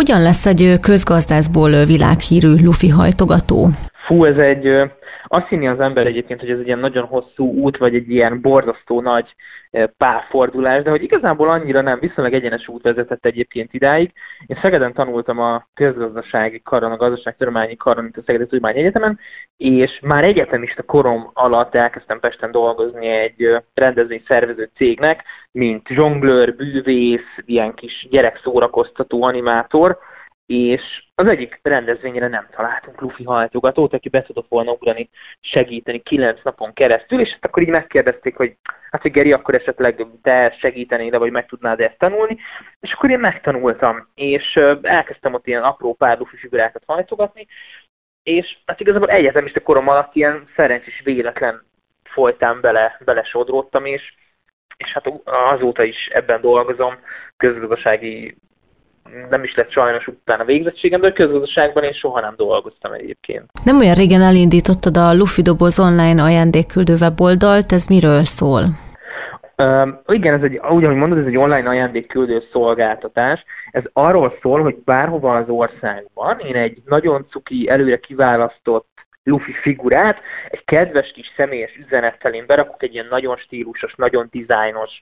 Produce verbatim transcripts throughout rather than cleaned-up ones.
Hogyan lesz egy közgazdászból világhírű lufi hajtogató? Fú, ez egy, azt hinni az ember egyébként, hogy ez egy ilyen nagyon hosszú út, vagy egy ilyen borzasztó nagy pálfordulás, de hogy igazából annyira nem, viszonylag egyenes út vezetett egyébként idáig. Én Szegeden tanultam a közgazdasági karon, a gazdaságtudományi karon, itt a Szegedi Tudományegyetemen, és már egyetemista korom alatt elkezdtem Pesten dolgozni egy rendezvényszervező cégnek, mint zsonglőr, bűvész, ilyen kis gyerekszórakoztató, animátor, és az egyik rendezvényre nem találtunk lufi hajtogatót, aki be tudott volna ugrani, segíteni kilenc napon keresztül, és hát akkor így megkérdezték, hogy hát, hogy Geri, akkor esetleg te segítenél, vagy meg tudnád ezt tanulni, és akkor én megtanultam, és elkezdtem ott ilyen apró pár lufi figurákat hajtogatni, és hát igazából egyetemista korom alatt ilyen szerencsés véletlen folytán bele, belesodródtam, és, és hát azóta is ebben dolgozom, közgazdasági, nem is lett sajnos utána végzettségem, de a közgazdaságban én soha nem dolgoztam egyébként. Nem olyan régen elindítottad a Lufi Doboz online ajándékküldő weboldalt, ez miről szól? Uh, igen, ez egy, úgy, ahogy mondod, ez egy online ajándékküldő szolgáltatás. Ez arról szól, hogy bárhova az országban én egy nagyon cuki, előre kiválasztott lufi figurát, egy kedves kis személyes üzenettel én berakok egy ilyen nagyon stílusos, nagyon dizájnos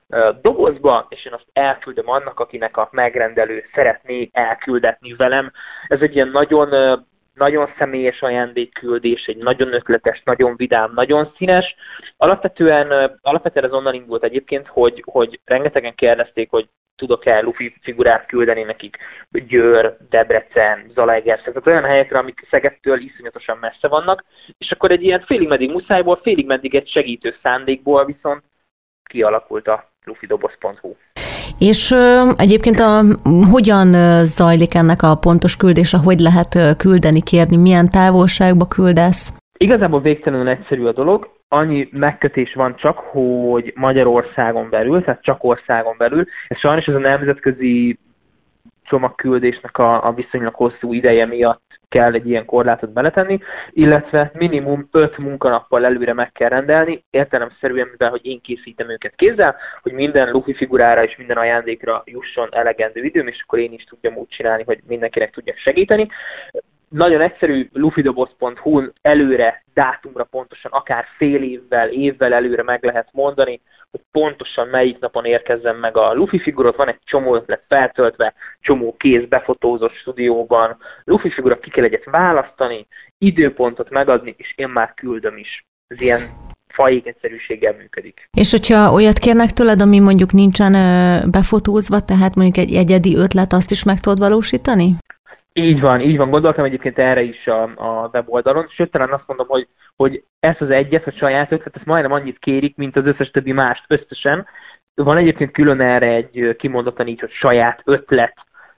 dobozba, és én azt elküldöm annak, akinek a megrendelő szeretné elküldetni velem. Ez egy ilyen nagyon, nagyon személyes ajándékküldés, egy nagyon ötletes, nagyon vidám, nagyon színes. Alapvetően, alapvetően ez onnan indult egyébként, hogy, hogy rengetegen kérdezték, hogy tudok-e lufi figurát küldeni nekik Győr, Debrecen, Zalaegerszeg, tehát olyan helyekre, amik Szegedtől iszonyatosan messze vannak, és akkor egy ilyen félig meddig muszájból, félig meddig egy segítő szándékból viszont kialakult a lufidoboz pont hu. És ö, egyébként a, hogyan zajlik ennek a pontos küldése, hogy lehet küldeni, kérni, milyen távolságba küldesz? Igazából végtelenül egyszerű a dolog, annyi megkötés van csak, hogy Magyarországon belül, tehát csak országon belül, ez sajnos ez a nemzetközi csomagküldésnek a, a viszonylag hosszú ideje miatt kell egy ilyen korlátot beletenni, illetve minimum öt munkanappal előre meg kell rendelni, értelemszerűen, mivel hogy én készítem őket kézzel, hogy minden lufi figurára és minden ajándékra jusson elegendő időm, és akkor én is tudjam úgy csinálni, hogy mindenkinek tudjak segíteni. Nagyon egyszerű, lufidoboz pont hu-n előre, dátumra pontosan, akár fél évvel, évvel előre meg lehet mondani, hogy pontosan melyik napon érkezzen meg a lufi figurot, van egy csomó ötlet feltöltve, csomó kéz befotózott stúdióban, lufi figura ki kell egyet választani, időpontot megadni, és én már küldöm is. Ez ilyen fajék egyszerűséggel működik. És hogyha olyat kérnek tőled, ami mondjuk nincsen befotózva, tehát mondjuk egy egyedi ötlet, azt is meg tudod valósítani? Így van, így van. Gondoltam egyébként erre is a, a weboldalon, sőt, talán azt mondom, hogy, hogy ezt az egyet, a saját ötlet, ezt majdnem annyit kérik, mint az összes többi mást összesen. Van egyébként külön erre egy kimondottan így, hogy saját ötlet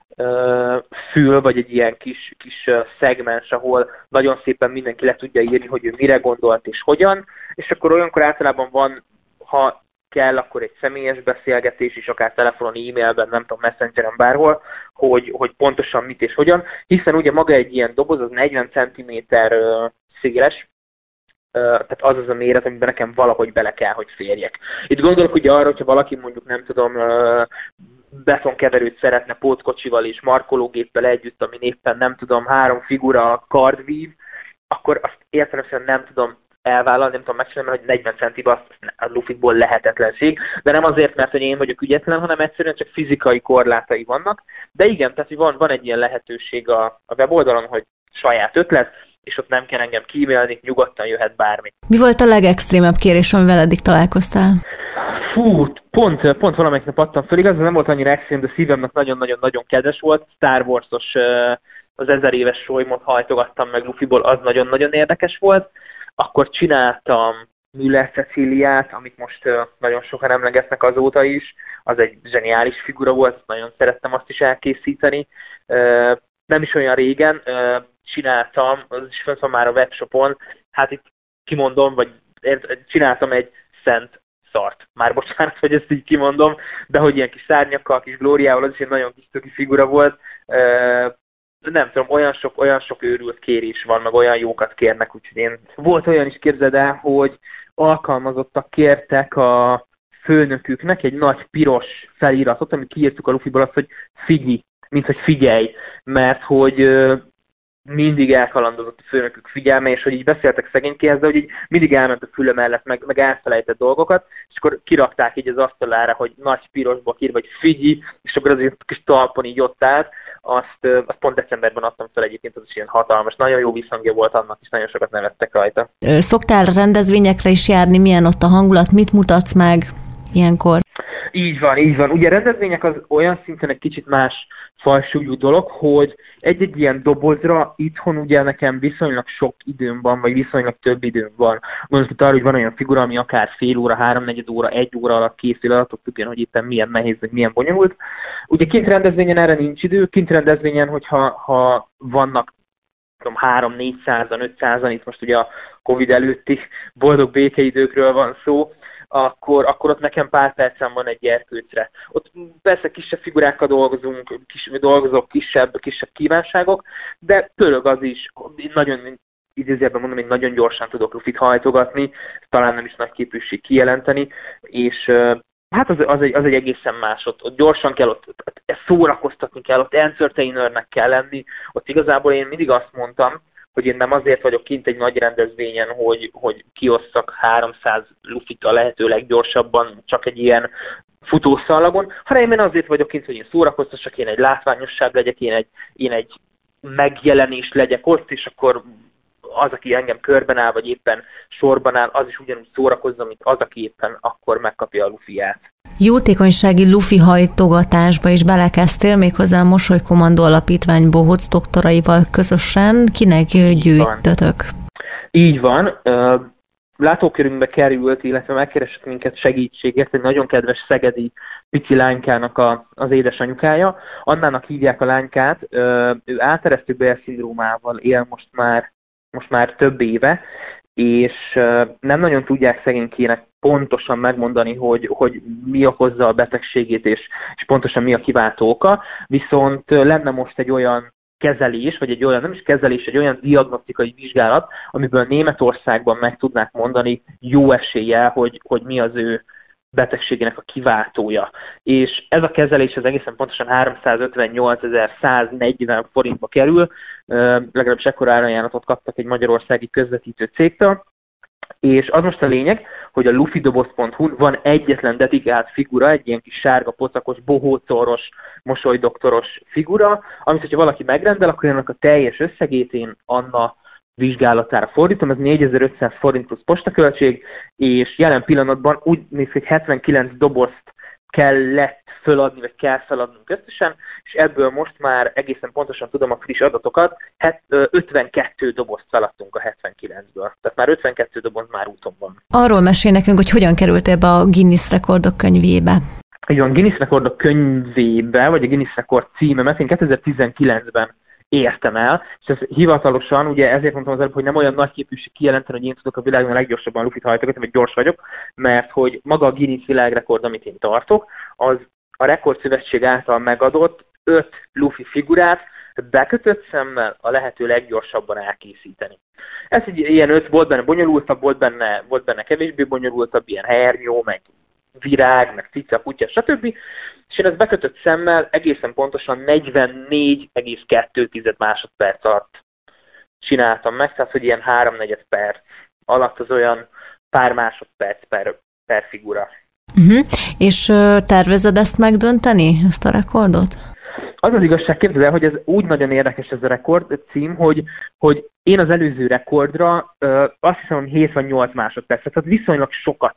uh, fül, vagy egy ilyen kis, kis uh, szegmens, ahol nagyon szépen mindenki le tudja írni, hogy ő mire gondolt és hogyan, és akkor olyankor általában van, ha kell, akkor egy személyes beszélgetés is, akár telefonon, e-mailben, nem tudom, messengeren, bárhol, hogy, hogy pontosan mit és hogyan, hiszen ugye maga egy ilyen doboz az negyven centiméter uh, széles, uh, tehát az az a méret, amiben nekem valahogy bele kell, hogy férjek. Itt gondolok ugye arra, hogyha valaki mondjuk, nem tudom, uh, betonkeverőt szeretne pótkocsival és markológéppel együtt, amin éppen nem tudom, három figura kardvív, akkor azt értelemszerűen nem tudom elvállalni, nem tudom megcsinálni, mert hogy negyven centiba a lufikból lehetetlenség, de nem azért, mert hogy én vagyok ügyetlen, hanem egyszerűen csak fizikai korlátai vannak. De igen, tehát hogy van, van egy ilyen lehetőség a, a weboldalon, hogy saját ötlet, és ott nem kell engem kímélni, nyugodtan jöhet bármi. Mi volt a legextrémebb kérés, amivel eddig találkoztál? Fú, pont, pont valamelyik nap adtam föl, igaz, nem volt annyira extrém, de szívemnek nagyon-nagyon-nagyon kedves volt. Star Wars-os az ezer éves solymot hajtogattam meg lufiból, az nagyon-nagyon érdekes volt. Akkor csináltam Müller Ceciliát, amit most nagyon sokan emlegetnek azóta is. Az egy zseniális figura volt, nagyon szerettem azt is elkészíteni. Nem is olyan régen csináltam, az is fönt van már a webshopon, hát itt kimondom, vagy csináltam egy szent szart. Már bocsánat, hogy ezt így kimondom, de hogy ilyen kis szárnyakkal, kis glóriával, az is egy nagyon kis töki figura volt. Nem tudom, olyan sok, olyan sok őrült kérés van, meg olyan jókat kérnek, úgyhogy én... Volt olyan is, képzeld el, hogy alkalmazottak kértek a főnöküknek egy nagy piros feliratot, amit kiírtuk a lufiból azt, hogy Figi. mint hogy figyelj, mert hogy mindig elkalandozott a főnökük figyelme, és hogy így beszéltek szegénykéhez, de hogy így mindig elment a füle mellett, meg, meg elfelejtett dolgokat, és akkor kirakták így az asztalára, hogy nagy pirosba ír, vagy figyi, és akkor az egy kis talpon így ott állt, azt, azt pont decemberben adtam fel egyébként, az is ilyen hatalmas, nagyon jó visszhangja volt annak, és nagyon sokat nevettek rajta. Szoktál rendezvényekre is járni, milyen ott a hangulat, mit mutatsz meg ilyenkor? Így van, így van. Ugye a rendezvények az olyan szinten egy kicsit más fajsúlyú dolog, hogy egy-egy ilyen dobozra itthon ugye nekem viszonylag sok időm van, vagy viszonylag több időm van. Gondolok itt arra, hogy van olyan figura, ami akár fél óra, háromnegyed óra, egy óra alatt készül, attól függően, hogy éppen milyen nehéz, vagy milyen bonyolult. Ugye kint rendezvényen erre nincs idő, kint rendezvényen, hogyha ha vannak tudom, három-négyszázan, ötszázan, itt most ugye a Covid előtti boldog békeidőkről van szó, Akkor, akkor ott nekem pár percem van egy gyerkőcre. Ott persze kisebb figurákkal dolgozunk, kis, dolgozok, kisebb, kisebb kívánságok, de pörög az is, nagyon, idézőjelben mondom, hogy nagyon gyorsan tudok lufit hajtogatni, talán nem is nagy képűség kijelenteni, és hát az, az, egy, az egy egészen más, ott, ott gyorsan kell, ott, ott szórakoztatni kell, ott entertainernek kell lenni, ott igazából én mindig azt mondtam, hogy én nem azért vagyok kint egy nagy rendezvényen, hogy, hogy kiosszak háromszáz lufit a lehető leggyorsabban csak egy ilyen futószallagon, hanem én azért vagyok kint, hogy én szórakoztassak, én egy látványosság legyek, én egy, én egy megjelenés legyek ott, és akkor az, aki engem körben áll, vagy éppen sorban áll, az is ugyanúgy szórakozza, mint az, aki éppen akkor megkapja a lufiját. Jótékonysági lufi hajtogatásba is belekezdtél, méghozzá a Mosolykommandó Alapítvány bohóc doktoraival közösen. Kinek gyűjtötök? Így van. Látókörünkbe került, illetve megkeresett minket segítségért egy nagyon kedves szegedi pici lánykának a, az édesanyukája. Annának hívják a lánykát, ő áteresztő bélszindrómával él most már, most már több éve, és nem nagyon tudják szegénykének pontosan megmondani, hogy, hogy mi okozza a betegségét, és, és pontosan mi a kiváltó oka, viszont lenne most egy olyan kezelés, vagy egy olyan, nem is kezelés, egy olyan diagnosztikai vizsgálat, amiből Németországban meg tudnák mondani jó eséllyel, hogy, hogy mi az ő betegségének a kiváltója. És ez a kezelés az egészen pontosan háromszázötvennyolcezer-száznegyven forintba kerül, legalábbis ekkora árajánlatot kaptak egy magyarországi közvetítő cégtől, és az most a lényeg, hogy a lufidoboz pont hu-n van egyetlen dedikált figura, egy ilyen kis sárga, pocakos, bohócoros, mosolydoktoros figura, amit, hogyha valaki megrendel, akkor ennek a teljes összegét én Anna vizsgálatára fordítom, ez négyezer-ötszáz forint plusz postaköltség, és jelen pillanatban úgy néz ki, hogy hetvenkilenc dobozt kellett föladni, vagy kell feladnunk összesen, és ebből most már egészen pontosan tudom a friss adatokat, ötvenkettő dobozt feladtunk a hetvenkilencből. Tehát már ötvenkettő doboz már úton van. Arról mesél nekünk, hogy hogyan kerültél be a Guinness Rekordok könyvébe. Így van, Guinness Rekordok könyvébe, vagy a Guinness Rekord címemet én kétezer-tizenkilencben értem el, és ez hivatalosan, ugye ezért mondtam az előbb, hogy nem olyan nagy képűség kijelenteni, hogy én tudok a világon a leggyorsabban lufit hajtogatni, vagy gyors vagyok, mert hogy maga a Guinness világrekord, amit én tartok, az a Rekordszövetség által megadott öt lufi figurát bekötött szemmel a lehető leggyorsabban elkészíteni. Ez egy ilyen öt, volt benne bonyolultabb, volt benne, volt benne kevésbé bonyolultabb, ilyen hernyó, meg virág, meg cica, kutya, stb. És én ezt bekötött szemmel egészen pontosan negyvennégy egész kettő másodperc alatt csináltam meg, tehát hogy ilyen háromnegyed perc alatt az olyan pár másodperc per, per figura. Uh-huh. És uh, tervezed ezt megdönteni, ezt a rekordot? Az az igazság, képzeld el, hogy ez úgy nagyon érdekes ez a rekord cím, hogy, hogy én az előző rekordra uh, azt hiszem, hogy hét vagy nyolc másodperc, tehát viszonylag sokat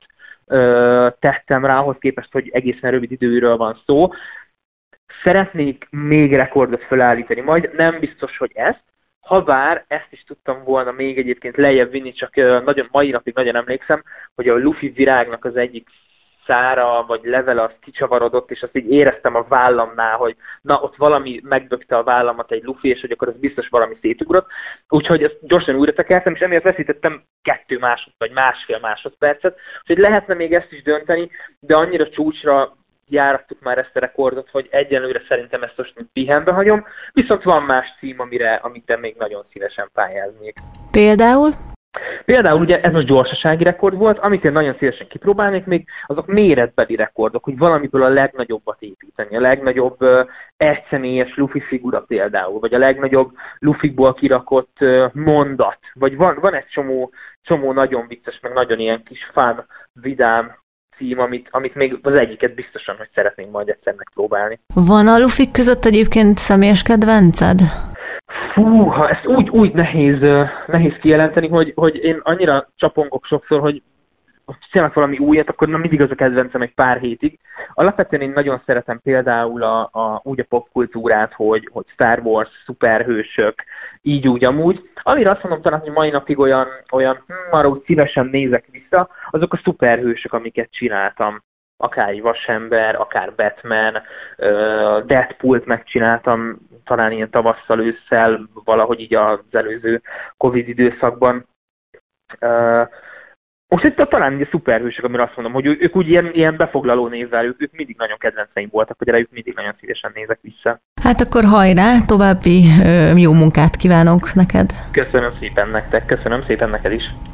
tettem rá, ahhoz képest, hogy egészen rövid időről van szó. Szeretnék még rekordot felállítani, majd nem biztos, hogy ezt, habár ezt is tudtam volna még egyébként lejjebb vinni, csak nagyon, mai napig nagyon emlékszem, hogy a lufi virágnak az egyik szára vagy levele az kicsavarodott, és azt így éreztem a vállamnál, hogy na, ott valami megbökte a vállamat egy lufi, és hogy akkor az biztos valami szétugrott. Úgyhogy ezt gyorsan újra tekertem, és emiatt veszítettem kettő másod, vagy másfél másodpercet. Úgyhogy lehetne még ezt is dönteni, de annyira csúcsra járattuk már ezt a rekordot, hogy egyenlőre szerintem ezt most pihenbe hagyom, viszont van más cím, amire, amit még nagyon szívesen pályáznék. Például? Például ugye ez most gyorsasági rekord volt, amit én nagyon szívesen kipróbálnék még, azok méretbeli rekordok, hogy valamiből a legnagyobbat építeni, a legnagyobb uh, egyszemélyes lufi figura például, vagy a legnagyobb lufikból kirakott uh, mondat, vagy van, van egy csomó, csomó nagyon vicces, meg nagyon ilyen kis fun, vidám cím, amit, amit még az egyiket biztosan, hogy szeretnénk majd egyszer megpróbálni. Van a lufik között egyébként személyes kedvenced? Fú, ha ezt úgy, úgy nehéz, nehéz kijelenteni, hogy, hogy én annyira csapongok sokszor, hogy csinálok valami újat, akkor nem mindig az a kedvencem egy pár hétig. Alapvetően én nagyon szeretem például a, a, úgy a popkultúrát, hogy, hogy Star Wars, szuperhősök, így úgy amúgy. Amire azt mondom talán, hogy mai napig olyan, olyan hm, arra úgy szívesen nézek vissza, azok a szuperhősök, amiket csináltam. Akár egy Vasember, akár Batman, Deadpoolt megcsináltam, talán ilyen tavasszal, ősszel, valahogy így az előző Covid időszakban. Most itt talán a szuperhősök, amire azt mondom, hogy ők úgy ilyen, ilyen befoglaló névvel, ők, ők mindig nagyon kedvenceim voltak, hogy rájuk mindig nagyon szívesen nézek vissza. Hát akkor hajrá, további jó munkát kívánok neked! Köszönöm szépen nektek, köszönöm szépen neked is!